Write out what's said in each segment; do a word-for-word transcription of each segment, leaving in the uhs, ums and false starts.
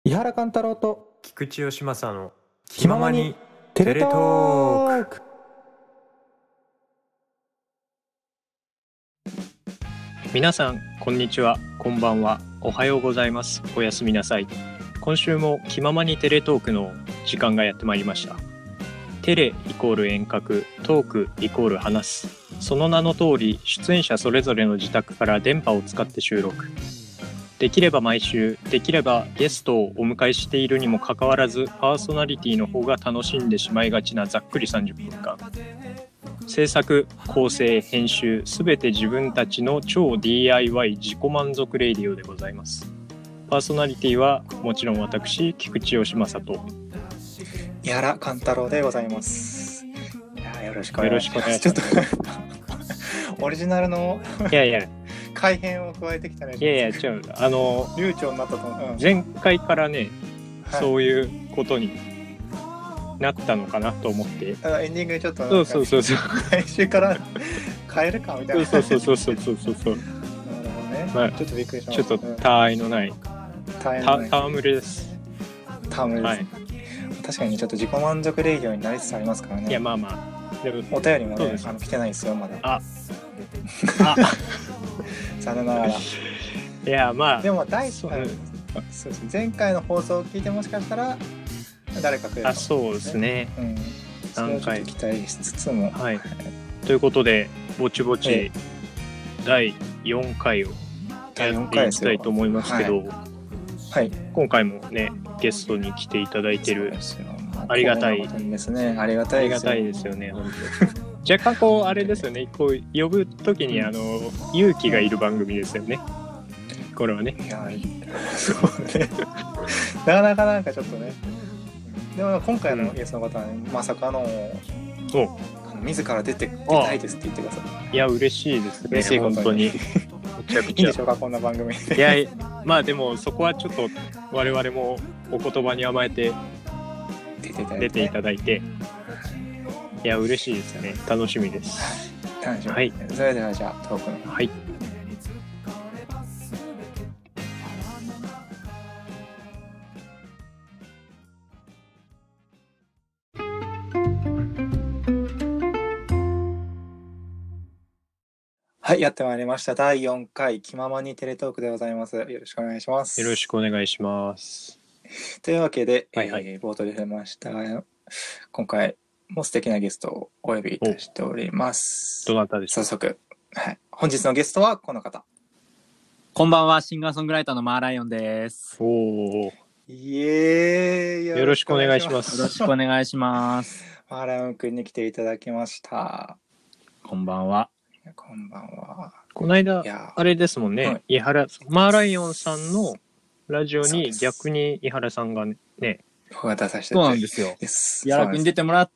伊原貫太郎と菊池義正の気ままにテレトーク。 皆さんこんにちは、こんばんは、おはようございます、おやすみなさい。今週も気ままにテレトークの時間がやってまいりました。テレイコール遠隔、トークイコール話す。その名の通り、出演者それぞれの自宅から電波を使って収録。できれば毎週、できればゲストをお迎えしているにもかかわらず、パーソナリティの方が楽しんでしまいがちなざっくりさんじゅっぷんかん。制作、構成、編集、すべて自分たちの超 ディーアイワイ 自己満足レイディオでございます。パーソナリティはもちろん私、菊池義正と伊原貫太郎でございます。いや、よろしくお願いします。 よろしくお願いします。 ちょっとオリジナルのいやいや改変を加えてきたね。 いやいや違う、あの流暢になったと思う、うん、 前回からね、 はい、 そういうことになったのかなと思って、 あエンディングでちょっとそうそうそうそう来週から変えるかみたいな。 そうそうそうそうそうそうそうなるほどね、 まあ、 ちょっとびっくりしました。 ちょっとたわいのないたわむれですたわむれです、 はい、 確かにちょっと自己満足レイディオになりつつありますからね。 いやまあまあでもお便りもね、あの来てないですよまだ。 ああ残念ながら。 いやまあでも第そう、 そうですね、前回の放送を聞いてもしかしたら誰か来るかもしれないですね。 あ、そうですね、 うん、それをちょっと期待しつつも、 はい、ということでぼちぼちだいよんかいをやっていきたいと思いますけど、 はい、 今回もねゲストに来ていただいてる、ありがたいですね。ありがたいですよ。 ありがたいですよね本当。若干こうあれですよね、こう呼ぶときにあの勇気がいる番組ですよね、これはね。 いやそうねなかなかなんかちょっとね。でも今回のゲストの方は、ね、まさかの自ら出て出たいですって言ってください。 いや嬉しいですね、 嬉しい本当に。めちゃくちゃいいんでしょうかこんな番組で。 いやまあでもそこはちょっと我々もお言葉に甘えて出ていただいて、ね、 出ていただいて、いや嬉しいですね、楽しみです。 楽しみ。 はい。 それではじゃあトークの。 はい。 はい、やってまいりました。だいよんかい気ままにテレトークでございます。よろしくお願いします。 よろしくお願いします。 というわけで、 はいはい、 えー、冒頭で触れました今回も素敵なゲストをお呼びいたしております。 どなたでしょう。 早速、はい、本日のゲストはこの方。 こんばんは、シンガーソングライターのマーライオンです。 おお。 イエーイ。 よろしくお願いします。 よろしくお願いします。 マーライオンくんに来ていただきました。 こんばんは。 こんばんは。 この間あれですもんね、はい、伊原マーライオンさんのラジオに逆に伊原さんがね、 僕が出させてそうなんですよ。伊原くんに出てもらって、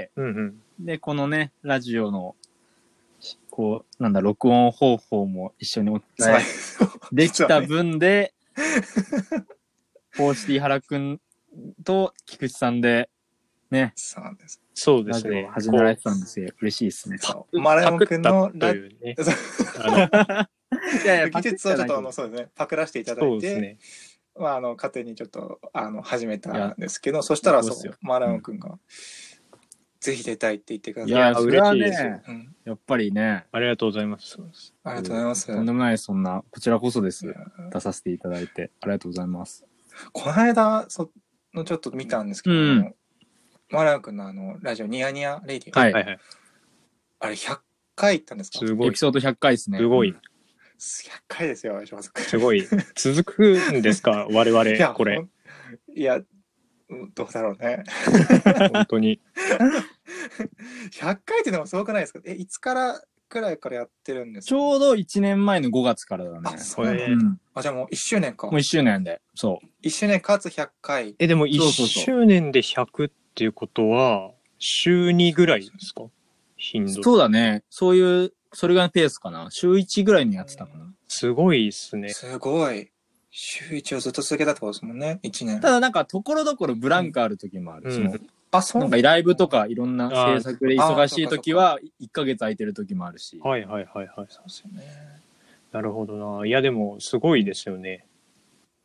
うんうん、 でこのねラジオのこうなんだ録音方法も一緒にお伝えできた分で、こうして伊原くんと菊池さんでね、 そうなんです。 そうですね。 始められてたんですよ。嬉しいですね。 マーライオンくんのラジオね。 いやいや、技術をちょっとあのそうですね、パクらせていただいて、そうですね。まああの勝手にちょっとあの始めたんですけど、そしたらそうマーライオンくんが、うん、ぜひ出たいって言ってください。 いや嬉しいですよ、うん。やっぱりね。 ありがとうございます。 ありがとうございます。 とんでもないそんなこちらこそです。出させていただいてありがとうございます。 この間そのちょっと見たんですけど。うんマーライオンくんのあのラジオニヤニヤレイディオ、 はいはいはい、 あれひゃっかい行ったんですか？ すごいエピソードひゃっかいですね。 すごい。 ひゃっかいですよ。 すごい。続くんですか我々いこれ。 いやどうだろうね。 本当に。 ひゃっかいってのもすごくないですか？えいつからくらいからやってるんですか？ ちょうどいちねんまえのごがつからだね。 あ、そうなんだ、うん、あじゃあもういっしゅうねんか。 もういっしゅうねんで、そう。 いっしゅうねんかつひゃっかい。 えでもいっしゅうねんでひゃくっていうことは週にぐらいですか？頻度。 そうだね。そういうそれがペースかな。週いちぐらいにやってたかな。 すごいですね。 すごい。週いちをずっと続けたってことですもんね。いちねん。 ただなんかところどころブランクある時もある。うん、そのあ、そうなんかライブとかいろんな制作で忙しい時はいっかげつ空いてる時もあるし。 はいはいはいはい。 そうですよね。 なるほどな。いやでもすごいですよね。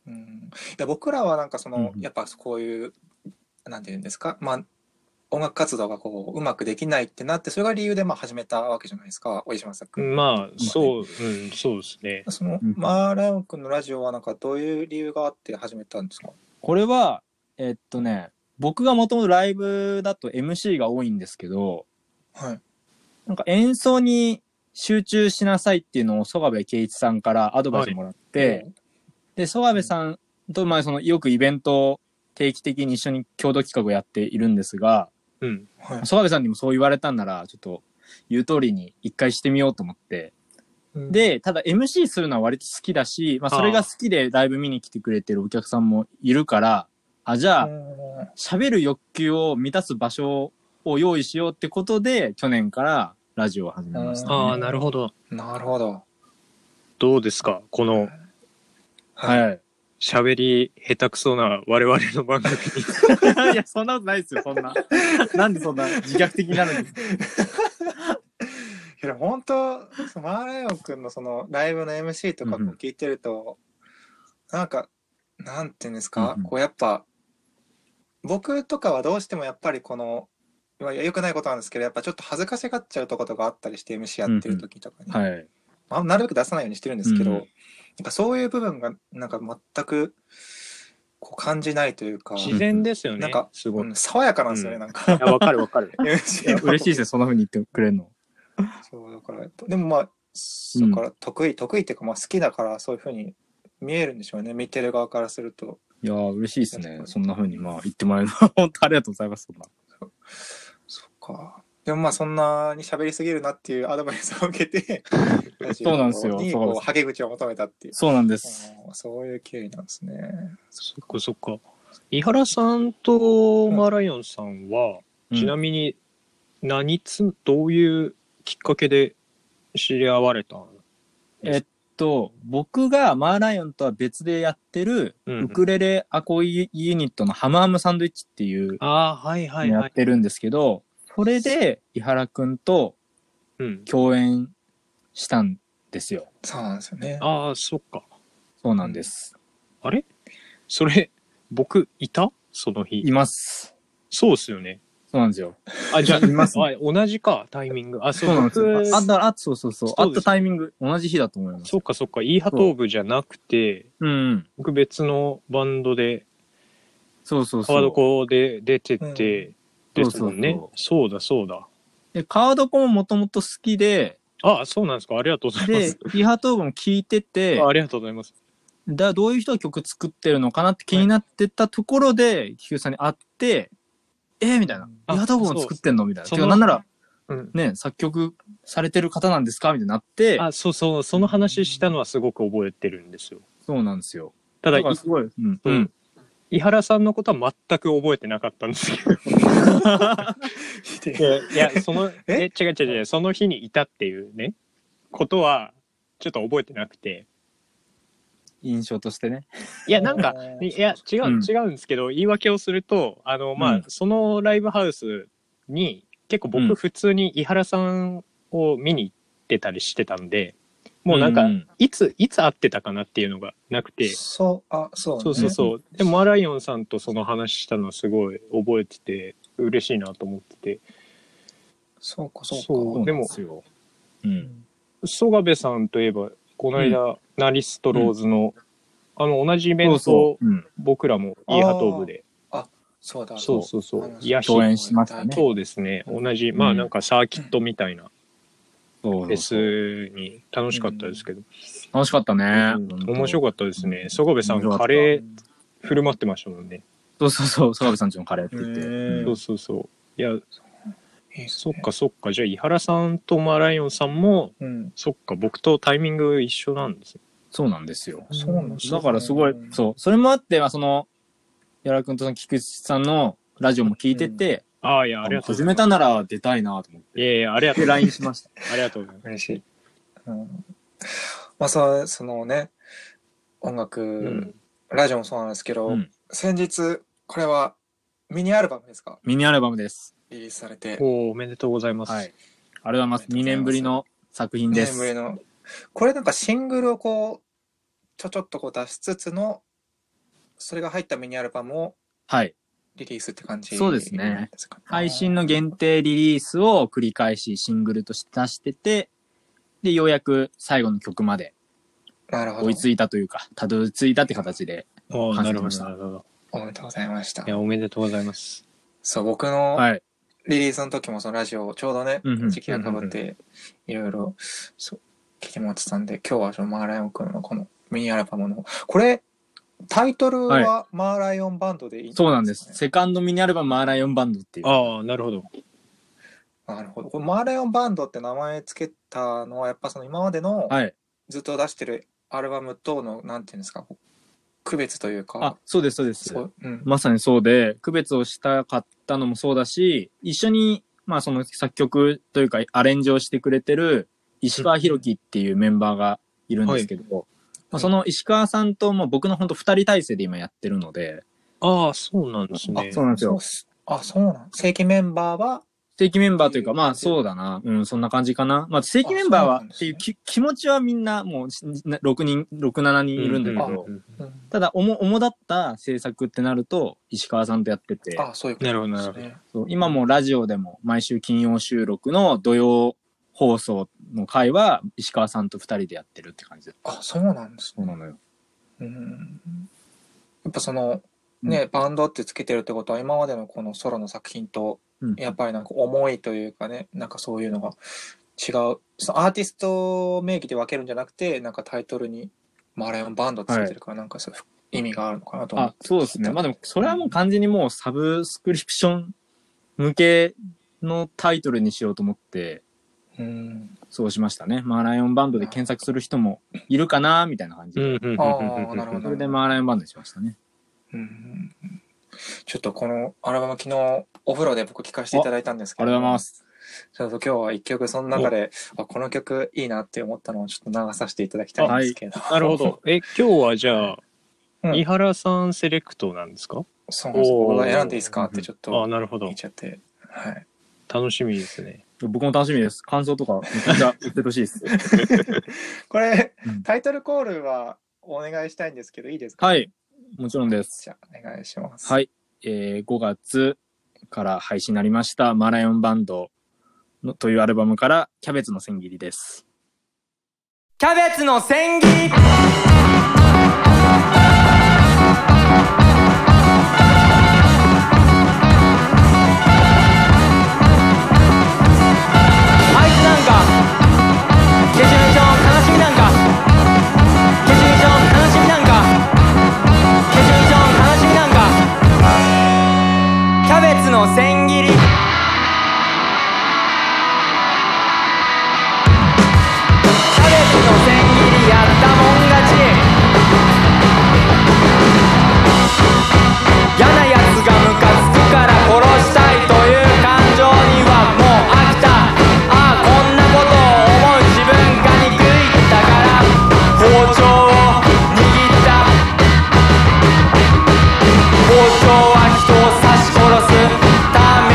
うん、いや僕らはなんかその、 うん、 やっぱこういうなんていうんですか、まあ音楽活動がこううまくできないってなって、それが理由でまあ始めたわけじゃないですか、小島さん君。 まあそう、うん、そうですね。 そのマーライオン君のラジオはなんかどういう理由があって始めたんですか？ これはえっとね、僕がもともとライブだと エムシー が多いんですけど、 はい、 なんか演奏に集中しなさいっていうのを曽我部圭一さんからアドバイスもらって、はい、で曽我部さんとまあそのよくイベントを定期的に一緒に共同企画をやっているんですが、うんはい、曽我部さんにもそう言われたんならちょっと言う通りに一回してみようと思って、うん、でただ エムシー するのは割と好きだし、まあ、それが好きでライブ見に来てくれてるお客さんもいるから、あじゃあ喋る欲求を満たす場所を用意しようってことで去年からラジオを始めました、ね、 ああなるほどなるほど。 どうですかこのはい喋り下手くそな我々の番組にいやそんなことないですよそんななんでそんな自虐的になるんですかいや本当マーライオン君のそのライブの エムシー とかも聞いてると、うん、なんかなんていうんですか、うん、こうやっぱ僕とかはどうしてもやっぱりこの良くないことなんですけどやっぱちょっと恥ずかしがっちゃうとことがあったりして エムシー やってる時とかに、うんうんはいまあ、なるべく出さないようにしてるんですけど、うん、なんかそういう部分がなんか全くこう感じないというか自然ですよね。 なんかすごい、うん、爽やかなんですよね、うん、なんか。 わかるわかる。 嬉しいですねそんな風に言ってくれるの。 そうだからでもまあだから得意、うん、得意っていうかまあ好きだからそういう風に見えるんでしょうね見てる側からすると。 いやー嬉しいですねそんな風にまあ言ってもらえるの本当ありがとうございますそんな。 そ, そっか。でもまあそんなに喋りすぎるなっていうアドバイスを受けてそうなんですよにこうはけ口を求めたっていうそうなんですそういう経緯なんですね。 そっかそっか。井原さんとマーライオンさんは、うん、ちなみに何つどういうきっかけで知り合われたの？ えっと僕がマーライオンとは別でやってるウクレレアコギユニットのハムハムサンドイッチっていうのやってるんですけど、それで井原くんと共演したんですよ。 うん、そうなんですよね。 ああそっか。 そうなんです。 あれそれ僕いたその日。 います。 そうですよね。 そうなんですよ。 あ、じゃあ、います、ね、同じか、タイミング。あ、 そうなんですよ。あった、あ、そうそうそう。あったタイミング、同じ日だと思います。 そっかそっか、イーハトーブじゃなくて、うん、僕別のバンドで、 そうそうそう。 川床で出てて、ですもんね。そうだそうだ。 で、川床ももともと好きで、 あ、そうなんですか。ありがとうございます。 で、イーハトーブも聴いてて、 あ、ありがとうございます。 だどういう人が曲作ってるのかなって気になってたところで、キューさんに会って、えー、みたいな。イーハトーブも作ってんのみたいな。てか、なんなら、うん、ね、作曲されてる方なんですかみたいになって。 あ、そうそう、その話したのはすごく覚えてるんですよ。 そうなんですよ。 ただ、 だすごい、うん。 うん。井原さんのことは全く覚えてなかったんですけど。いや、いやその、え、違う違う違う、その日にいたっていうね、ことは、ちょっと覚えてなくて。 印象としてね。 いや、なんか、いや、違う、うん、違うんですけど、言い訳をすると、あの、まあ、うん、そのライブハウスに、結構僕普通に井原さんを見に行ってたりしてたんで、もうなんか、いつ、いつ会ってたかなっていうのがなくて。 そう、あ、そう、ね、 そうそうそう。でも、マーライオンさんとその話したのすごい覚えてて、嬉しいなと思ってて。 そうか、そうか。 そう、でも、 うん。 曽我部さんといえば、この間、うん、ナリストローズの、うん、あの、同じイベントを、僕らもイーハトーブで。 あ、そうだ。 そうそうそう。 いや、共演しましたね。 そうですね。同じ、まあなんかサーキットみたいな、フェスに楽しかったですけど。 楽しかったね。 面白かったですね。曽我部さん、カレー振る舞ってましたもんね。 そうそうそう、曽我部さんちのカレーって言って。 そうそうそう。いや、そっかそっか。じゃあ、井原さんとマーライオンさんも、うん、そっか、僕とタイミング一緒なんですね。 そうなんですよ。 そうなんですだからすごい、そう。それもあって、まあ、その、井原くんと菊池さんのラジオも聞いてて、 うん、ああ、いや、ありがとうございます。 始めたなら出たいなと思って。 いやいや、ありがとう。 で、ライン しました。 ありがとうございます。 嬉しい。うん、まあ、そう、そのね、音楽、うん、ラジオもそうなんですけど、うん、先日、これはミニアルバムですか？ ミニアルバムです。 リリースされて。 お, おめでとうございます。はい。 ありがとうございます。にねんぶりの作品です。 にねんぶりの。これなんかシングルをこう、ちょちょっとこう出しつつのそれが入ったミニアルバムをはいリリースって感じ、 そうですね。配信の限定リリースを繰り返しシングルとして出してて、でようやく最後の曲まで追いついたというか、たどり着いたって形で完成しました。 なるほど。 おめでとうございました。 いや、おめでとうございます。 そう、僕の、 はい。 リリースの時もそのラジオちょうどね、 うんうん、 時期が被っていろいろそう聞いてもらってたんで、今日はそのマーライオンくんのこのミニアルバムのこれタイトルはマーライオンバンドでいいんですかね？ そうなんです。セカンドミニアルバムマーライオンバンドっていう。 ああ、なるほど。 なるほど。これマーライオンバンドって名前つけたのはやっぱその今までのずっと出してるアルバムとのなんていうんですか、区別というか。 あ、そうですそうです。 そう、うん、 まさにそうで区別をしたかったのもそうだし、一緒にまあその作曲というかアレンジをしてくれてる石川博樹っていうメンバーがいるんですけど、はい、まあ、その石川さんとも僕の本当二人体制で今やってるので。 ああ、そうなんですね。 あ、そうなんですよ。 あ、そうなん。正規メンバーは正規メンバーというか、まあそうだな。うん、そんな感じかな。まあ正規メンバーはっていうき、気持ちはみんなもうろくにん、ろく、ななにんいるんだけど、うんうんうん、ただ、主、主だった制作ってなると、石川さんとやってて。 あ、そういうことですね。なるほど、なるほど。今もラジオでも毎週金曜収録の土曜放送の回は石川さんと二人でやってるって感じで。 あ、そうなんですね。そうなのよ。 うん。やっぱその、ね、うん、バンドってつけてるってことは今までのこのソロの作品と、やっぱりなんか重いというかね、なんかそういうのが違う。そのアーティスト名義で分けるんじゃなくて、なんかタイトルにマーライオンバンドつけてるから、なんかそういう意味があるのかなと思って。 あ、そうですね。まあでもそれはもう完全にもうサブスクリプション向けのタイトルにしようと思って、うん、そうしましたね。マーライオンバンドで検索する人もいるかなみたいな感じで。ああ、なるほど。それでマーライオンバンドにしましたね。 うん、ちょっとこのアルバム昨日お風呂で僕聴かせていただいたんですけど、 ありがとうございます。 ちょっと今日は一曲その中であこの曲いいなって思ったのをちょっと流させていただきたいんですけど、 はい、なるほど。え今日はじゃあ、うん、井原さんセレクトなんですか？ そうなんです。僕が選んでいいですかってちょっと聞いちゃって、はい、 楽しみですね。 僕も楽しみです。感想とかめちゃくちゃ言ってほしいです。 これ、うん、タイトルコールはお願いしたいんですけどいいですか？ はい、もちろんです。 じゃあお願いします。 はい、えー、ごがつから配信になりましたマーライオンバンドのというアルバムからキャベツの千切りです。 キャベツの千切り。あいつなんかケチュニチョン悲しみなんかケチュニチョン悲しみなんかケチュニチョン悲しみなんかキャベツの千切り。やったもん勝ち。嫌なやつがムカつくから殺したいという感情にはもう飽きた。ああこんなことを思う自分が憎いだから包丁を握った。包丁は人を刺し殺すため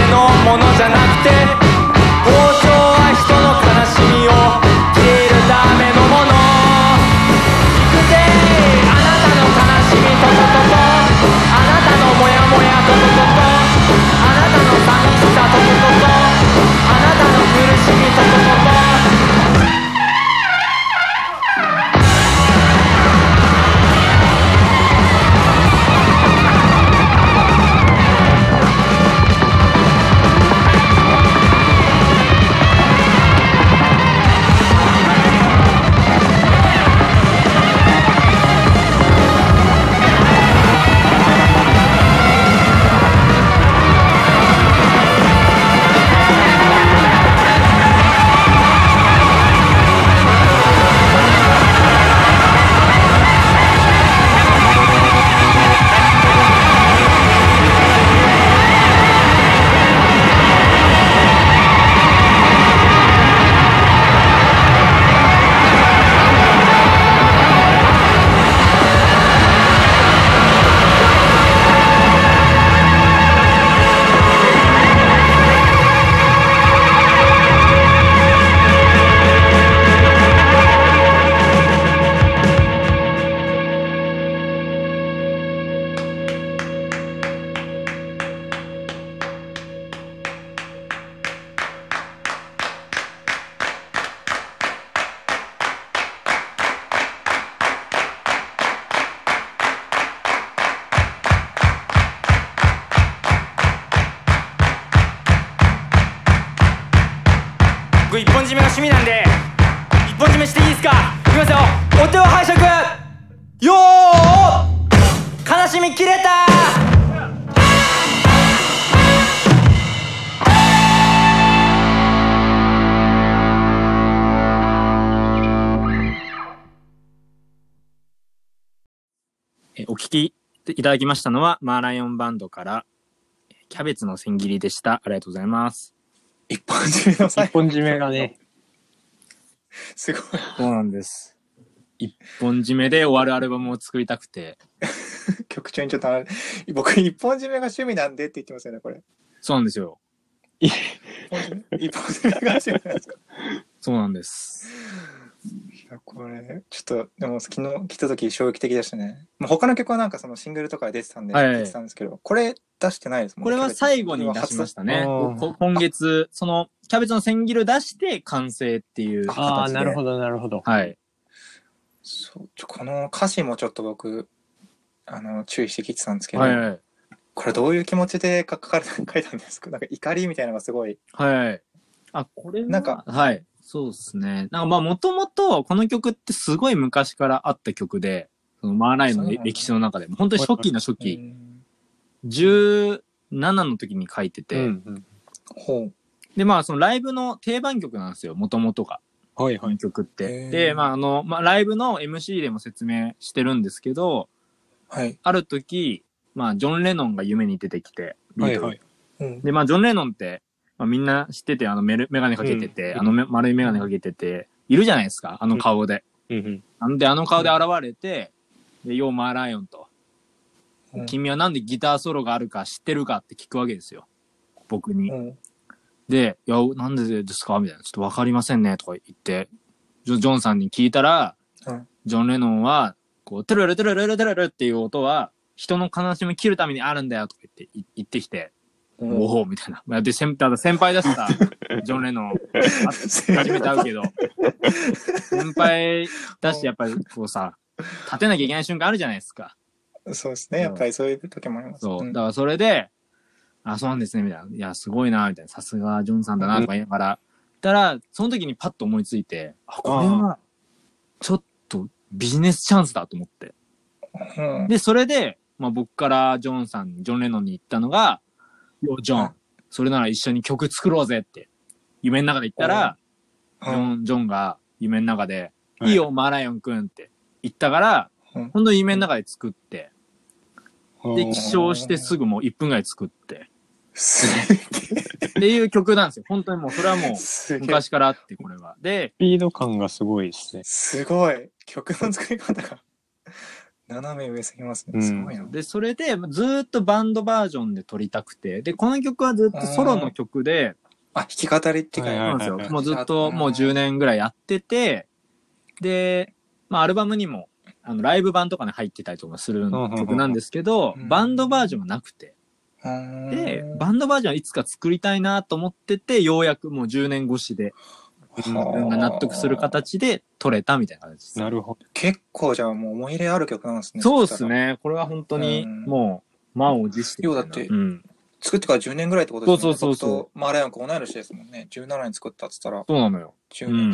僕一本締めが趣味なんで一本締めしていいですか。いきますよ。お手を拝借。よー悲しみ切れた。 えお聞きいただきましたのはマーライオンバンドからキャベツの千切りでした。ありがとうございます。 一本締めの最後。一本締めがね。 すごい。 そうなんです。一本締めで終わるアルバムを作りたくて。 曲中にちょっと僕一本締めが趣味なんでって言ってますよねこれ。 そうなんですよ。 一本締めが趣味なんですか。 そうなんです。 いやこれちょっとでも昨日来た時衝撃的でしたね。もう他の曲はなんかそのシングルとか出てたんで、はいはい、出てたんですけど、これ出してないですもんね。 これは最後に出しましたね。今月そのキャベツの千切りを出して完成っていう形で。 ああなるほどなるほど。 はい。 そうちょこの歌詞もちょっと僕あの注意して聞いてたんですけど、はいはい、これどういう気持ちで書かれた書いたんですか。なんか怒りみたいなのがすごい。 はいはい。あこれなんかはい。そうですね。なんかまあもともとこの曲ってすごい昔からあった曲で、そのマーライオンの歴史の中でも本当に初期の初期、じゅうななの時に書いてて、うんうん、でまあそのライブの定番曲なんですよ、もともとが。はいはい。この曲って。で、まああの、まあライブの エムシー でも説明してるんですけど、はい。ある時、まあジョン・レノンが夢に出てきて、はいはい。うん、でまあジョン・レノンって、まあ、みんな知ってて、あのメル、メガネかけてて、うん、あのめ丸いメガネかけてて、いるじゃないですか、あの顔で。うんうん、なんで、あの顔で現れて、で、ヨーマーライオンと、うん。君はなんでギターソロがあるか知ってるかって聞くわけですよ。僕に。うん、で、いや、なんでですかみたいな。ちょっとわかりませんね。とか言って、ジョ、ジョンさんに聞いたら、うん、ジョン・レノンは、こう、トゥルルトゥルルルトゥルルっていう音は、人の悲しみを切るためにあるんだよとか言って、言ってきて、おおみたいな。で、先輩だしさ、ジョン・レノン、初めて会うけど、先輩だし、やっぱりこうさ、立てなきゃいけない瞬間あるじゃないですか。 そうですね。やっぱりそういう時もあります。 そう。だからそれで、あ、そうなんですね、みたいな。いや、すごいな、みたいな。さすがジョンさんだな、とか言いながら。たら、その時にパッと思いついて、あ、これは、ちょっとビジネスチャンスだと思って。うん、で、それで、まあ僕からジョンさんに、ジョン・レノンに言ったのが、よ、ジョン、それなら一緒に曲作ろうぜって、夢の中で言ったら、ジョン、ジョンが夢の中で、いいよ、マーライオンくんって言ったから、ほんと夢の中で作って、で、起床してすぐもういっぷんぐらい作って、っていう曲なんですよ。本当にもう、それはもう、昔からあって、これは。で、 スピード感がすごいですね。 すごい。曲の作り方が。斜め上すぎますね。すごいな。 で、それで、ずーっとバンドバージョンで撮りたくて、で、この曲はずっとソロの曲で、 あ、弾き語りっていうか、 そうなんですよ。もうずっともうじゅうねんぐらいやってて、で、まあアルバムにも、あの、ライブ版とかに入ってたりとかする曲なんですけど、バンドバージョンはなくて、で、バンドバージョンはいつか作りたいなと思ってて、ようやくもうじゅうねん越しで、自分が納得する形で撮れたみたいな感じです。 なるほど。 結構じゃあもう思い入れある曲なんですね。 そうですね。これは本当にもう満を持して。 要だって、うん、作ってからじゅうねんぐらいってことですね。そうそうそうそう。 マーライオン同い年ですもんね。じゅうななに作ったって言ったら。 そうなのよ。 じゅうねん。うん、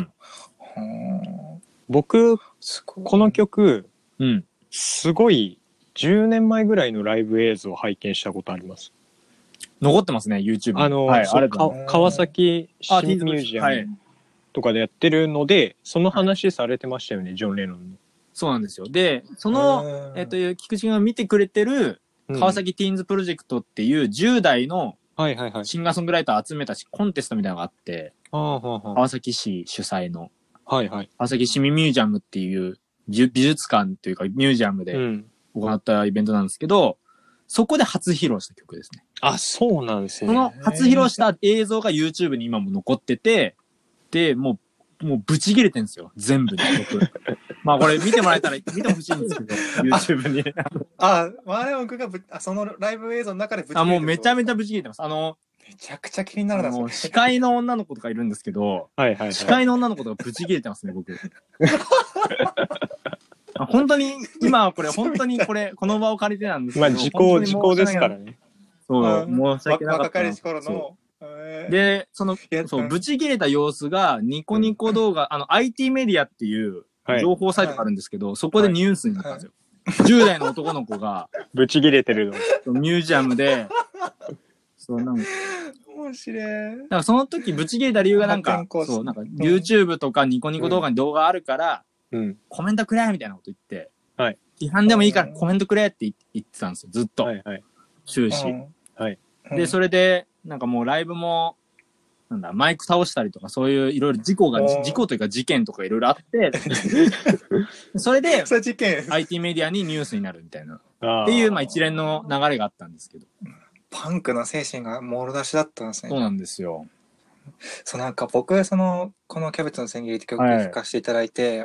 僕、この曲、うん、すごいじゅうねんまえぐらいのライブ映像を拝見したことあります。 残ってますね、YouTube。 あの、はい、あれ川崎市ミュージアム。はいとかでやってるので、その話されてましたよね、ジョン・レノンの。 そうなんですよ。で、その、えっと、菊池が見てくれてる、川崎ティーンズプロジェクトっていうじゅう代のシンガーソングライター集めたコンテストみたいなのがあって、川崎市主催の、はいはい、川崎市民ミュージアムっていう美術館というかミュージアムで行ったイベントなんですけど、そこで初披露した曲ですね。 あ、そうなんですね。 その初披露した映像が YouTube に今も残ってて、で、もう、もうブチ切れてんですよ。全部で曲。まあこれ見てもらえたら、見てほしいんですけど、YouTube に。 あ、マーレオン君がぶあそのライブ映像の中でブチ切れてる。 あ、もうめちゃめちゃブチ切れてます。あの、 めちゃくちゃ気になるな、 もう司会の女の子とかいるんですけど、はいはいはい、司会の女の子とかブチ切れてますね、僕。本当に、今はこれ、本当にこれ、この場を借りてなんですけど。 まあ時効、時効ですからね。 そう、申し訳なかった。 若かりし頃の、 で、その、そう、ブチ切れた様子が、ニコニコ動画、うん、あの、アイティー メディアっていう情報サイトがあるんですけど、はい、そこでニュースになったんですよ。はいはい、じゅう代の男の子が、 ブチ切れてるの。 ミュージアムで、そう、なんか、 面白い。 だからその時ブチ切れた理由がなんか、そう、なんか YouTube とかニコニコ動画に動画あるから、うん、コメントくれみたいなこと言って、はい、批判でもいいからコメントくれって言ってたんですよ、ずっと。はいはい、終始、はい。で、それで、なんかもうライブも、なんだ、マイク倒したりとか、そういういろいろ事故が、事故というか事件とかいろいろあって、それで、 それ事件アイティー メディアにニュースになるみたいな。っていう、まあ一連の流れがあったんですけど。 パンクの精神がもろ出しだったんですね。 そうなんですよ。 そうなんか僕、その、このキャベツの千切りって曲を聴かせていただいて、はい、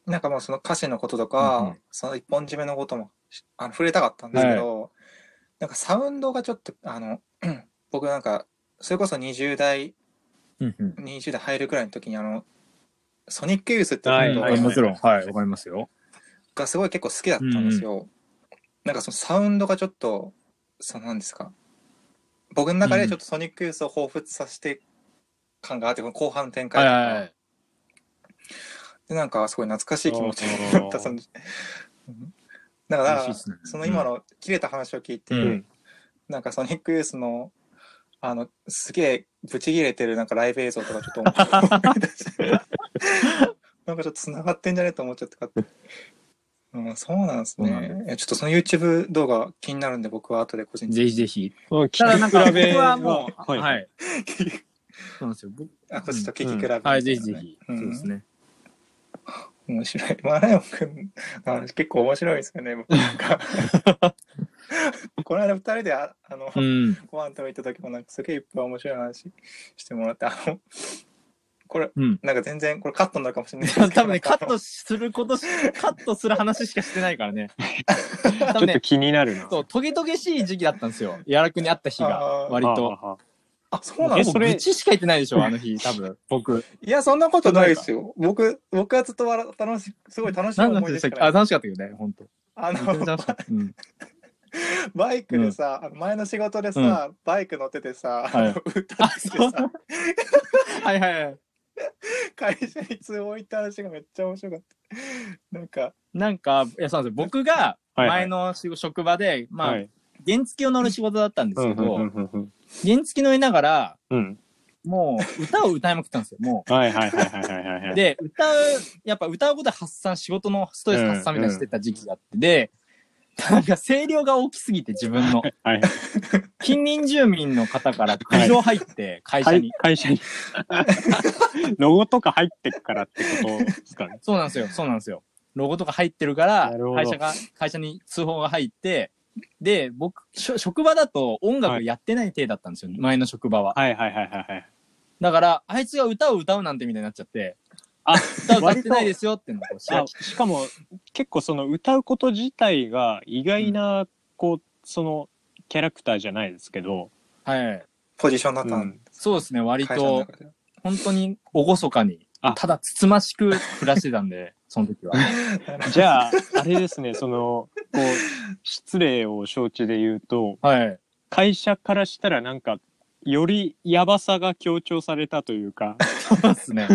なんかもうその歌詞のこととか、うんうん、その一本締めのこともあの触れたかったんですけど、はい、なんかサウンドがちょっと、あの、僕なんか、それこそにじゅう代、うんうん、にじゅう代入るくらいの時にあの、ソニックユースってバンドが、 はい、もちろん、はい、わかりますよ。 がすごい結構好きだったんですよ。うん、なんかそのサウンドがちょっと、そうなんですか。僕の中でちょっとソニックユースを彷彿させて感があって、この後半の展開とか、はいはいはい、でなんかすごい懐かしい気持ちになったそのだから、ね、その今の切れた話を聞いて、うん、なんかソニックユースのあのすげえブチ切れてるなんかライブ映像とかちょっと思い出してなんかちょっと繋がってんじゃねえと思っちゃってかって。うん、そうなんですね。ちょっとその YouTube 動画気になるんで僕は後で個人的に。ぜひぜひ。 ただなんか僕はもう、はい。はい、そうなんですよ。 あ、こっちと聞き比べ、ね、 はい、ぜひぜひ。うん、そうですね。 面白い。マラヨン君の話結構面白いですよね。僕なんかこの間二人でああの、うん、ご飯食べ行った時もなんかすげえいっぱい面白い話してもらって、あの、これ、うん、なんか全然これカットになるかもしれないですけど。 多分ね、カットすることし、カットする話しかしてないからね。 ねちょっと気になるな。 そう、トゲトゲしい時期だったんですよ。やらくに会った日が、割と。 あ、そうなんですか。え、それ。愚痴しか言ってないでしょ、あの日、多分、僕。 いや、そんなことないですよ。僕、僕はずっと笑楽し、すごい楽しい思い出しかない。 あ、楽しかったけどね、ほんと。 あの、うん、バイクでさ、うん、前の仕事でさ、うん、バイク乗っててさ、はい、歌っててさ、 はいはいはい。 会社に通報行った話がめっちゃ面白かった。なんか、 なんか、いや、そうなんですよ。僕が前の職場で、はいはい、まあ、はい、原付を乗る仕事だったんですけど、原付乗りながら、うん、もう歌を歌いまくったんですよ、もう。 はいはいはいはいはい。 で、歌う、やっぱ歌うことで発散、仕事のストレス発散みたいなしてた時期があって、で、なんか声量が大きすぎて自分の。はい、近隣住民の方から苦情入って、会社に。 会社に。ロゴとか入ってくからってことですかね。 そうなんですよ、そうなんですよ。ロゴとか入ってるから、会社が、会社に通報が入って、で、僕、職場だと音楽やってない体だったんですよ、はい、前の職場は。 はいはいはいはい。 だから、あいつが歌を歌うなんてみたいになっちゃって、あ、歌歌ってないですよってのをしかも、結構その歌うこと自体が意外な、うん、こう、その、キャラクターじゃないですけど、 はい。 ポジションだったん、うん、 そうですね、割と、本当に厳かに、ただつつましく暮らしてたんで、その時は。 じゃあ、あれですね、その、こう、失礼を承知で言うと、はい。会社からしたらなんか、よりやばさが強調されたというか。 そうですね。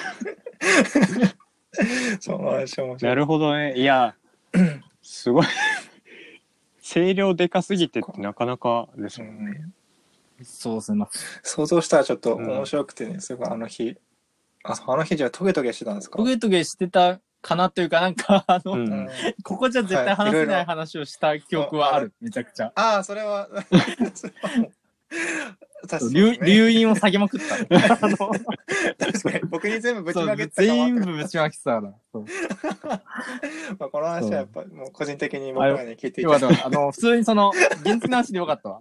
そう面白い。 なるほどね。いや、すごい。声量でかすぎてってなかなかですもんね。 そうですね。 想像したらちょっと面白くてね、すごいあの日。あ、あの日じゃあトゲトゲしてたんですか？ トゲトゲしてたかなというか、なんかあの、うん、ここじゃ絶対話せない話をした記憶はある。はい、めちゃくちゃ。 ああ、それは。それはもう留留飲を下げまくった。 確かに僕に全部ぶちまけてた。 全部ぶちまけてたから。 まあこの話はやっぱもう個人的に僕らに聞いていただいて。 あの普通にその現地の話でよかったわ。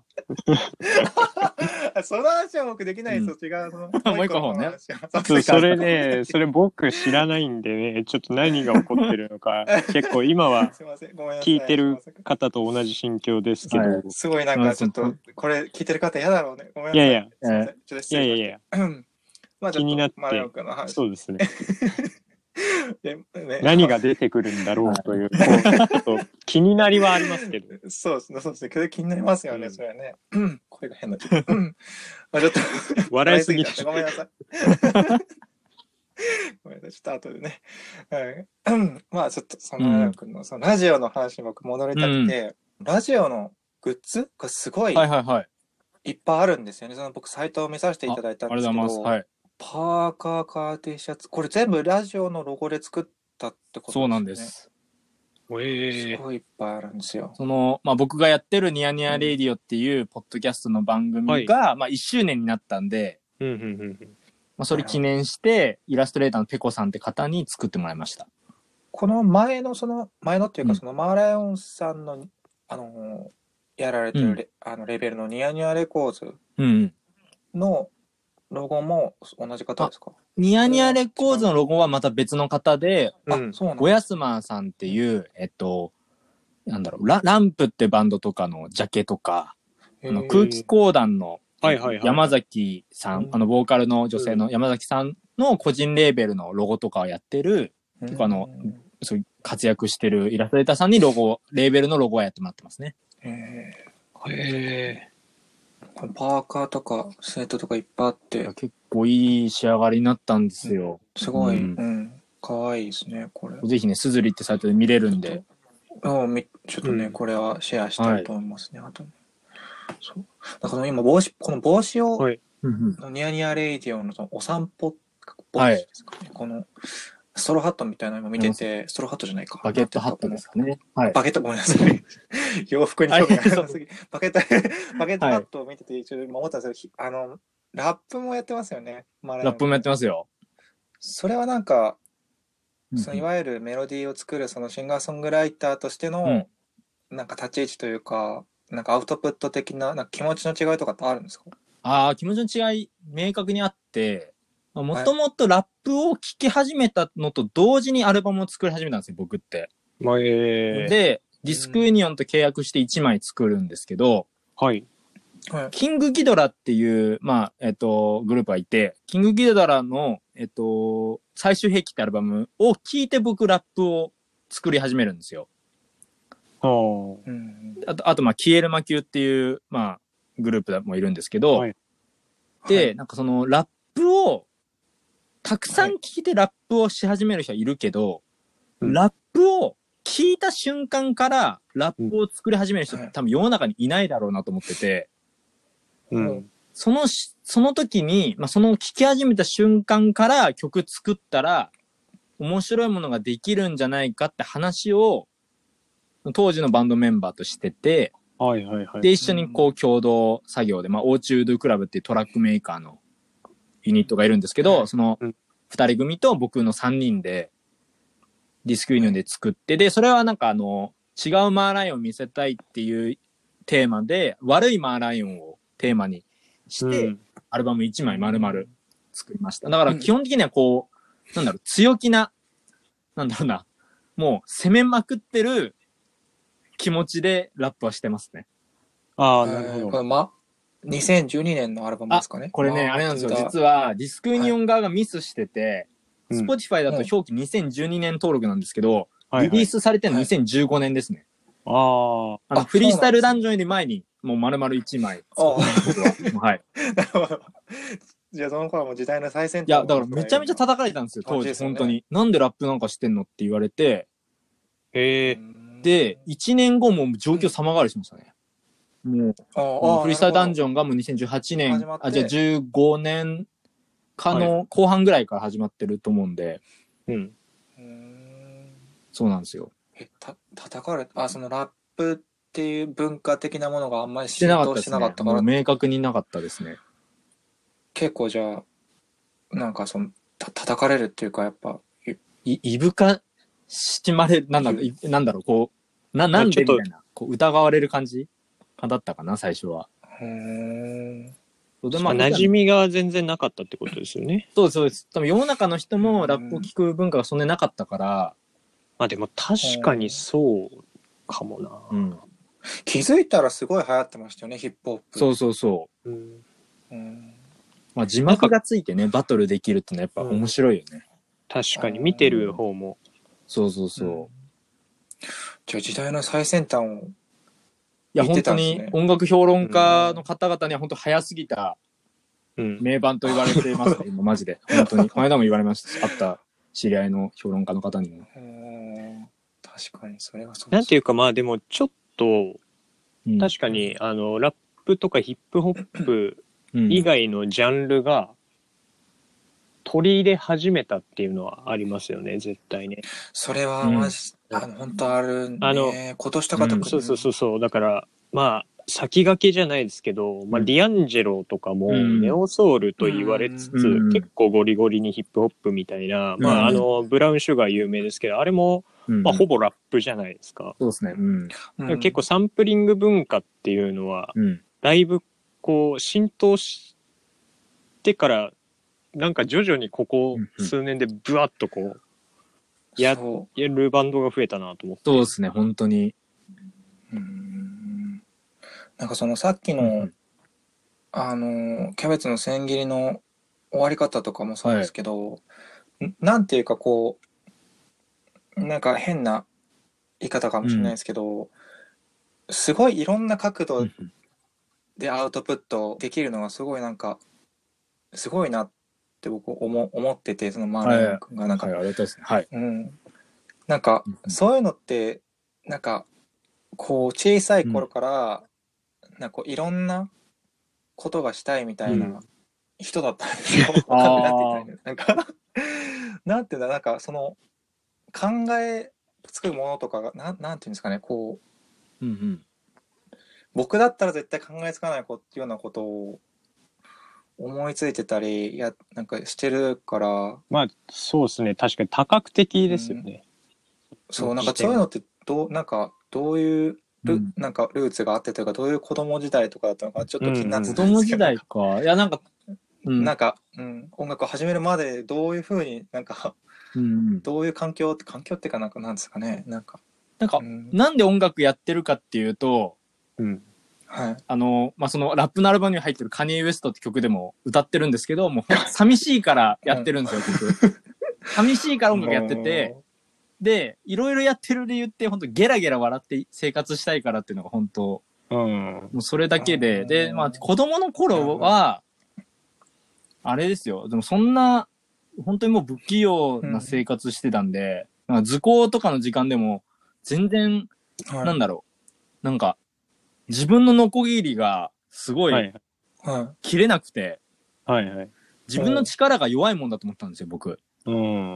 その話は僕できないですよ。うん、違うそのもう一個の方ね。 それね、それ僕知らないんでね、ちょっと何が起こってるのか結構今は聞いてる方と同じ心境ですけど、はい、 すごいなんかちょっとこれ聞いてる方嫌だろうね。ごめんなさい。 いやいや、 すいません。ちょっと失礼。 いやいやいや、まあ、気になって、そうですね。 ね、何が出てくるんだろうという、こうちょっと気になりはありますけど。 そうですね、そうですね。それ気になりますよね、うん、それはね。声が変なっちゃった。まあちょっと笑いすぎてごめんなさい。ごめんなさい、ちょっと後でね。はい、まあちょっとそのマラン君のそのラジオの話に僕戻りたくて、うん、ラジオのグッズがすごい、 はいはいはい。 いっぱいあるんですよね。その僕サイトを見させていただいたんですけど、ありがとうございます。はい。パーカー、カー T シャツ、これ全部ラジオのロゴで作ったってことですね。 そうなんです。 えー、すごいいっぱいあるんですよ。 その、まあ、僕がやってるニヤニヤレイディオっていうポッドキャストの番組が、はい、まあ、いっしゅうねんになったんで、うんうんうん、まあ、それ記念してイラストレーターのペコさんって方に作ってもらいました。 この前のその前のっていうか、そのマーライオンさんの、うん、あのやられてるレ、うん、あのレベルのニヤニヤレコーズのロゴも同じ方ですか？ ニヤニヤレコーズのロゴはまた別の方で、あ、そうなんです。ゴヤスマンさんっていう、えっと、なんだろう、ラ, ランプってバンドとかのジャケとか、あの空気講談の山崎さん、あのボーカルの女性の山崎さんの個人レーベルのロゴとかをやってる、結構あの、そういう活躍してるイラストレーターさんにロゴ、レーベルのロゴはやってもらってますね。 へー。へー。パーカーとかセットとかいっぱいあって。 結構いい仕上がりになったんですよ。 うん、すごい、うん、うん。かわいいですね、これ。 ぜひね、すずりってサイトで見れるんで。 ちょっと、ちょっとね、うん、これはシェアしたいと思いますね。はい、あとね。そう。だから今帽子、この帽子を、はい、ニヤニヤレイディオのそのお散歩帽子ですかね。はい、このストローハットみたいなの今見てて、ストローハットじゃないか。 バケットハットですかね。 はい。バケット、ごめんなさい。洋服に興味がなさすぎ。バケット、バケットハットを見てて、一応思ったんですけど、あの、ラップもやってますよね。 ラップもやってますよ。 それはなんか、そのいわゆるメロディーを作るそのシンガーソングライターとしての、うん、なんか立ち位置というか、なんかアウトプット的な、なんか気持ちの違いとかってあるんですか？ ああ、気持ちの違い、明確にあって、もともとラップを聴き始めたのと同時にアルバムを作り始めたんですよ、僕って。 まあ、えー、 で、ディスクユニオンと契約していちまい作るんですけど、 はい。 キングギドラっていう、まあ、えっと、グループがいて、キングギドラの、えっと、最終兵器ってアルバムを聴いて僕ラップを作り始めるんですよ。 はあ。あと、あと、まあ、キエルマキューっていう、まあ、グループもいるんですけど、はい、で、はい、なんかそのラップを、たくさん聴いてラップをし始める人はいるけど、はい、ラップを聴いた瞬間からラップを作り始める人って多分世の中にいないだろうなと思ってて、うん、その、その時に、まあ、その聴き始めた瞬間から曲作ったら面白いものができるんじゃないかって話を当時のバンドメンバーとしてて、 はいはいはい、 で、一緒にこう共同作業で、まあ、オーチュードゥクラブっていうトラックメーカーのユニットがいるんですけど、その二人組と僕の三人でディスクユニオンで作って、で、それはなんかあの、違うマーライオンを見せたいっていうテーマで、悪いマーライオンをテーマにして、うん、アルバムいちまい丸々作りました。だから基本的にはこう、なんだろう、強気な、なんだろうな、もう攻めまくってる気持ちでラップはしてますね。 ああ、なるほど。 これま、にせんじゅうにねんのアルバムですかね。 これね、あれなんですよ。実はディスクユニオン側がミスしてて、はい、Spotify だと表記にせんじゅうにねん登録なんですけど、うん、リリースされてるのにせんじゅうごねんですね。 はいはい、 ああ。あの、フリースタイルダンジョンより前に、もう丸々いちまい。 ああ。 はい。 なるほど。じゃあその頃はもう時代の最先端。 いや、だからめちゃめちゃ叩かれたんですよ、当時、ね、本当に。なんでラップなんかしてんのって言われて。 へえ。 で、いちねんごも状況様変わりしましたね。もう、フリースタイルダンジョンがもうにせんじゅうはちねん、あ、じゃあじゅうごねんかの後半ぐらいから始まってると思うんで。 はい、うん。 そうなんですよ。 え、た、叩かれ、あ、そのラップっていう文化的なものがあんまり浸透してなかったから。 もう明確になかったですね。 結構じゃあ、なんかその、た、叩かれるっていうかやっぱ、 い、いぶかしまれる、なんだろう、なんだろう、こう、な、なんでみたいな、こう疑われる感じだったかな、最初は。 へー。 でまあ、馴染みが全然なかったってことですよね。 そうです、そうです。多分世の中の人もラップを聞く文化がそんなになかったから。 まあでも確かにそうかもな。 うん。 気づいたらすごい流行ってましたよね、ヒップホップ。 そうそうそう。うん。うん、まあ字幕がついてね、バトルできるってのはやっぱ面白いよね。 確かに見てる方も。 そうそうそう。 うん、じゃあ時代の最先端を、ね。 いや、本当に音楽評論家の方々には本当早すぎた名盤と言われてますね、今マジで。本当に。この間も言われましたし、会った知り合いの評論家の方にも。 確かに、それはそうです。 なんていうか、まあでもちょっと、うん、確かに、あの、ラップとかヒップホップ以外のジャンルが取り入れ始めたっていうのはありますよね、絶対ね。 それはマジ、うん、あの、本当あるね。あの、今年とか特に、 うん。そうそうそうそう。だから、まあ、先駆けじゃないですけど、まあ、ディアンジェロとかもネオソウルと言われつつ、うん、結構ゴリゴリにヒップホップみたいな、うん、まあ、あの、ブラウンシュガー有名ですけど、あれも、まあ、ほぼラップじゃないですか。 そうですね。うん、 結構サンプリング文化っていうのは、うん、だいぶこう浸透してから、なんか徐々にここ数年でブワッとこう、や、やるバンドが増えたなと思って。 そうですね、本当に。 うん、なんかそのさっきの、うん、あの、キャベツの千切りの終わり方とかもそうですけど、はい、なんていうかこう、なんか変な言い方かもしれないですけど、うん、すごいいろんな角度でアウトプットできるのがすごいなんかすごいなって僕思思ってて、そのマーライオン君がなんか、 はいはい、ありがたいですね。はい。 うん、なんかそういうのってなんかこう小さい頃から、うん、なんかこういろんなことがしたいみたいな人だったんですよ。わかんない、なんて言ったらいいの、なんかなんていうんだ、なんかその考えつくものとかがな ん, なんていうんですかね、こう、うんうん、僕だったら絶対考えつかないこようなことを思いついてたりやなんかしてるから、 まあそうですね、確かに多角的ですよね。 うん、そうなんかそういうのってどうなんかどういうル、うん、なんかルーツがあってというか、どういう子供時代とかだったのかちょっと気になってたんですけど、うんうん、 子供時代か、いやなんか、 うん、なんか、うん、音楽を始めるまでどういう風になんかうん、どういう環境って環境っていうかなんかなんですかね、なんかなんか、うん、なんで音楽やってるかっていうと、 うん、 はい、 あのまあそのラップのアルバムに入ってるカニエ・ウエストって曲でも歌ってるんですけど、もう寂しいからやってるんですよ、うん、曲。寂しいから音楽やってて、でいろいろやってる理由って本当ゲラゲラ笑って生活したいからっていうのが本当、うん、もうそれだけで、でまあ子供の頃は、あれですよ、でもそんな本当にもう不器用な生活してたんで、うん、なんか図工とかの時間でも全然、はい、なんだろう、なんか自分のノコギリがすごい切れなくて、 はいはい、 自分の力が弱いもんだと思ったんですよ、僕。 うん、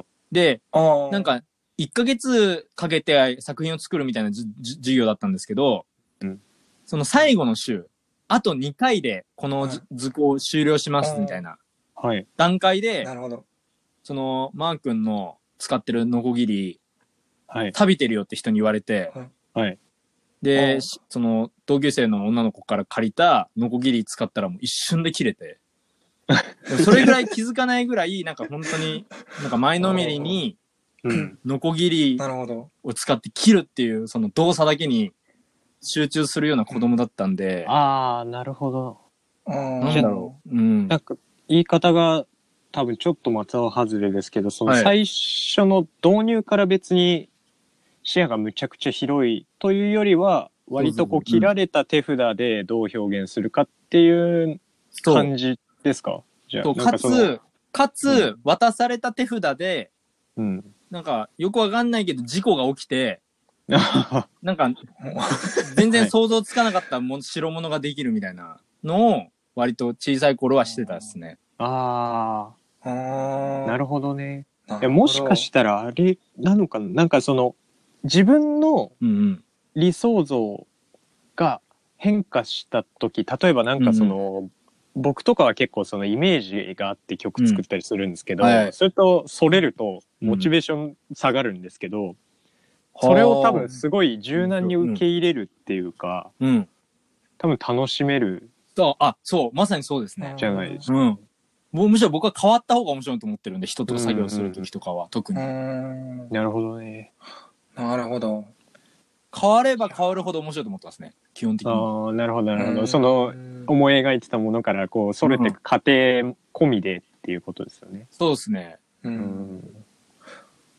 で、なんかいっかげつかけて作品を作るみたいな授業だったんですけど、うん、その最後の週、あとにかいでこの、はい、図工を終了しますみたいな段階で、 なるほど、 そのマー君の使ってるノコギリ、 はい、 食べてるよって人に言われて、 はい、 で、その同級生の女の子から借りたノコギリ使ったらもう一瞬で切れて、それぐらい気づかないぐらい、なんか本当に、なんか前のめりに、ノコギリを使って切るっていう、その動作だけに集中するような子供だったんで。 ああ、なるほど。 なんだろう。うん。 なんか、言い方が多分ちょっと的外れですけど、その最初の導入から別に視野がむちゃくちゃ広いというよりは、割とこう切られた手札でどう表現するかっていう感じですか？ じゃあ、かつ、かつ、渡された手札で、うん、なんか、よくわかんないけど、事故が起きて、なんか、全然想像つかなかったも白物ができるみたいなのを、割と小さい頃はしてたですね。 ああ。なるほどね。いや、もしかしたら、あれなのかな、なんかその、自分の理想像が変化した時、例えばなんかその、うん、僕とかは結構そのイメージがあって曲作ったりするんですけど、うんはい、それとそれるとモチベーション下がるんですけど、うん、それを多分すごい柔軟に受け入れるっていうか、うん、多分楽しめる。 そう、あ、そう、まさにそうですね。 じゃないですか。 うん。もうむしろ僕は変わった方が面白いと思ってるんで、人と作業する時とかは、うんうん、特に。 なるほどね。 なるほど。 変われば変わるほど面白いと思ってますね、基本的に。 ああ、なるほどなるほど。その思い描いてたものからこうそれていく過程込みでっていうことですよね。 そうですね。 うん。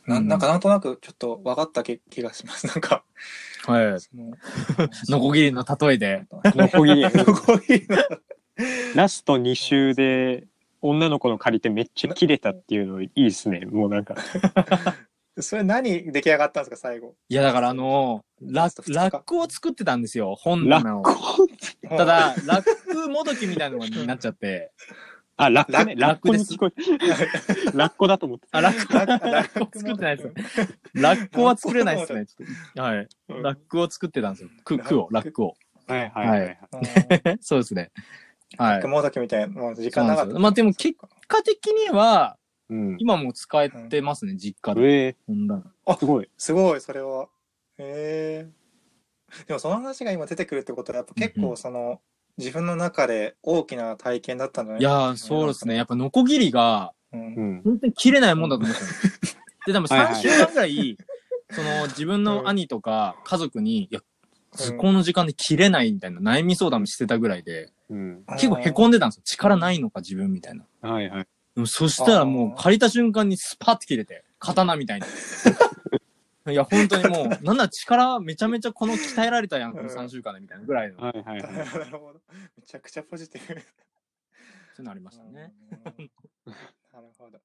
な, なんかなんとなくちょっと分かった気がします。なんか。 はい。ノコギリの例えで。 ノコギリ。 ノコギリの。 ラストに周で女の子の借りてめっちゃ切れたっていうのいいですね。もうなんか。 それ何出来上がったんですか、最後。 いや、だからあのー、ラックを作ってたんですよ、本棚を。 ラックただ、ラックもどきみたいなのになっちゃって。 あ、ラックね。ラックに聞こえラッコだと思って。 あ、ラッコ、ラッコ作ってないですよ。ラッコは作れないですね。はい。ラックを作ってたんですよ。ク、クを、ラックを。 はいはいはい。 そうですね。はい。 もどきみたいな、もう時間なかった。 まあでも結果的には、 うん、 今も使えてますね、うん、実家で。 ええー。 あ、すごい。すごい、それは。へえー。でもその話が今出てくるってことは、やっぱ結構その、うんうん、自分の中で大きな体験だったんじゃないですか、ね。 いやー、そうですね。やっぱノコギリが、うん、本当に切れないもんだと思ったんです。で、でもさんしゅうかんぐらい、その自分の兄とか家族に、いや、図工の時間で切れないみたいな悩み相談もしてたぐらいで、うん、結構凹んでたんですよ。力ないのか自分みたいな。 はいはい。 そしたらもう借りた瞬間にスパッて切れて、刀みたいに。いや、本当にもう、なんだ力めちゃめちゃこの鍛えられたやん、このさんしゅうかんでみたいなぐらいの。 はいはいはい。 なるほど。めちゃくちゃポジティブ。 そういうのありましたね。 なるほど。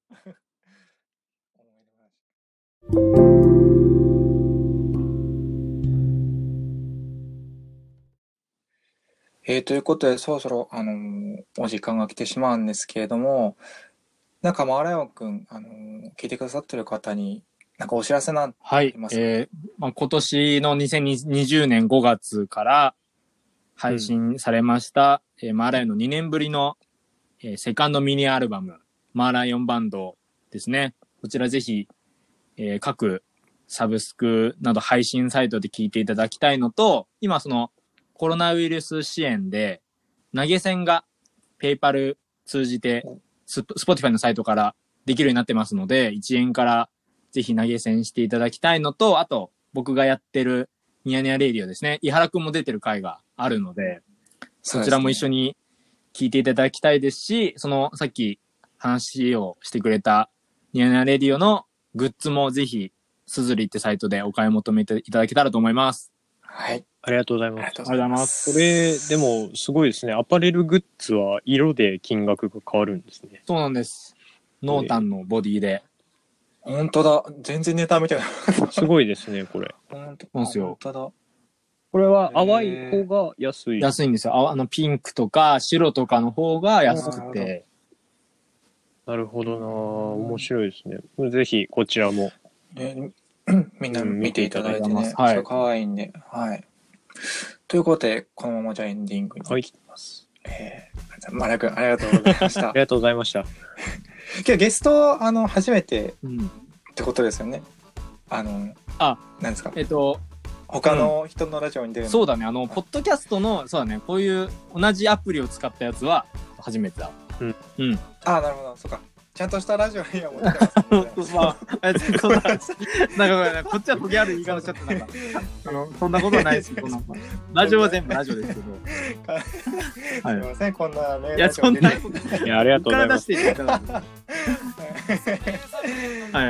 えー、ということで、そろそろ、あのー、お時間が来てしまうんですけれども、なんか、マーライオンくん、あのー、聞いてくださってる方に、なんかお知らせなんてありますか？ はい。えー、まあ、今年のにせんにじゅうねんごがつから配信されました、うん、えー、マーライオンのにねんぶりの、えー、セカンドミニアルバム、マーライオンバンドですね。こちらぜひ、えー、各サブスクなど配信サイトで聞いていただきたいのと、今そのコロナウイルス支援で投げ銭がペイパル通じてスポティファイのサイトからできるようになってますので、いちえんからぜひ投げ銭していただきたいのと、あと僕がやってるニヤニヤレイディオですね。伊原くんも出てる回があるので、そちらも一緒に聞いていただきたいですし、そのさっき話をしてくれたニヤニヤレディオのグッズもぜひすずりってサイトでお買い求めていただけたらと思います。 はい。 ありがとうございます。 ありがとうございます。 これ、でもすごいですね。アパレルグッズは色で金額が変わるんですね。 そうなんです。濃淡のボディで。 本当だ。全然ネタみたいな。 すごいですね、これ。 本当ですよ。 本当だ。 これは淡い方が安い。 安いんですよ。あのピンクとか白とかの方が安くて。 なるほどな。面白いですね。ぜひこちらも、 えー、みんな見ていただいてね。はい。可愛いんで。はい。ということで、このままじゃあエンディングに行きます。はい、えー、マラ君ありがとうございました。 ありがとうございました。 今日ゲストあの初めてってことですよね。あのあ、 なんですか。 えっと他の人のラジオに出るの、 うん、そうだね。あのポッドキャストのそうだね。こういう同じアプリを使ったやつは初めてだ。 うんうん。 あ、なるほど。そうか。ちゃんとしたラジオには持ってます。 まあ、なんかごめんなこっちはトゲある言い方しちゃってなんかあのそんなことはないですけど、ラジオは全部ラジオですけど。 すみません、こんなね。 いやそんな。 いやありがとうございます。 はい。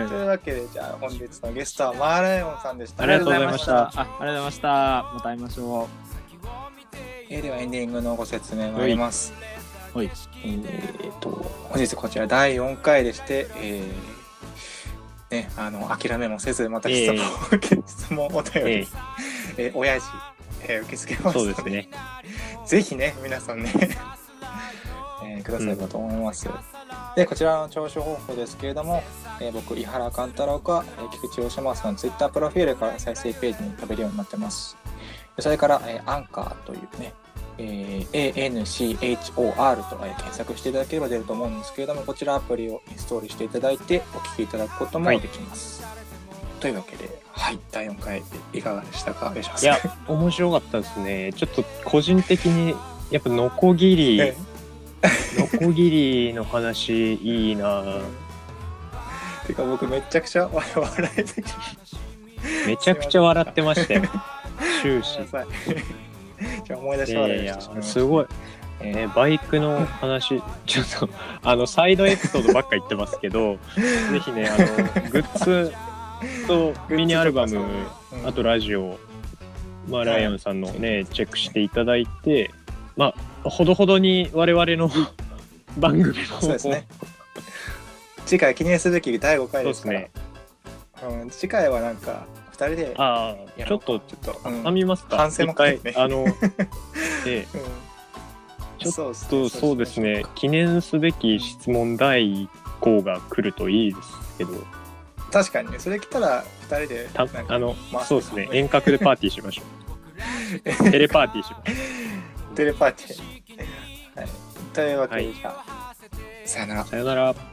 というわけでじゃあ本日のゲストはマーライオンさんでした。 ありがとうございました。あ、ありがとうございました。また会いましょう。 えー、ではエンディングのご説明参ります。 はい。 えー、と本日こちらだいよんかいでして、えーね、あの諦めもせずまた質問、えー、質問お便り、えーえー、親父、えー、受け付けますので、 そうですね、 ぜひね皆さんね、えー、くださればと思います、うん、でこちらの聴取方法ですけれども、えー、僕井原貫太郎か、えー、菊池義正のツイッタープロフィールから再生ページに飛べるようになってます。それから、えー、アンカーというねえー、エーエヌシーエイチオーアール と、えー、検索していただければ出ると思うんですけれども、こちらアプリをインストールしていただいてお聞きいただくこともできます、はい、というわけで、はい、だいよんかいいかがでしたか？ いや面白かったですね。ちょっと個人的にやっぱノコギリノコギリの話いいなてか僕めちゃくちゃ笑いてめちゃくちゃ笑ってましたよ終始じゃ思い出し笑いいやいやすごい、えー、バイクの話ちょっとあのサイドエピソードばっか言ってますけどぜひねあのグッズとミニアルバム、うん、あとラジオ、まあ、ライアンさんのね、はい、チェックしていただいて、まあほどほどに我々の番組のそうですね。次回記念すべきだいごかいですから。そうですね。うん、次回はなんかふたりでああちょっとちょっと挟みますか。 反省も書いてね。 あのええ、うん、ちょっとそうですね。記念すべき質問だいいっこが来るといいですけど。 確かにね。それ来たらふたりでたあのそうですね。遠隔でパーティーしましょう。テレパーティーしましょう。テレパーティー。はい。というわけで、はい、じゃあさよなら。 さよなら。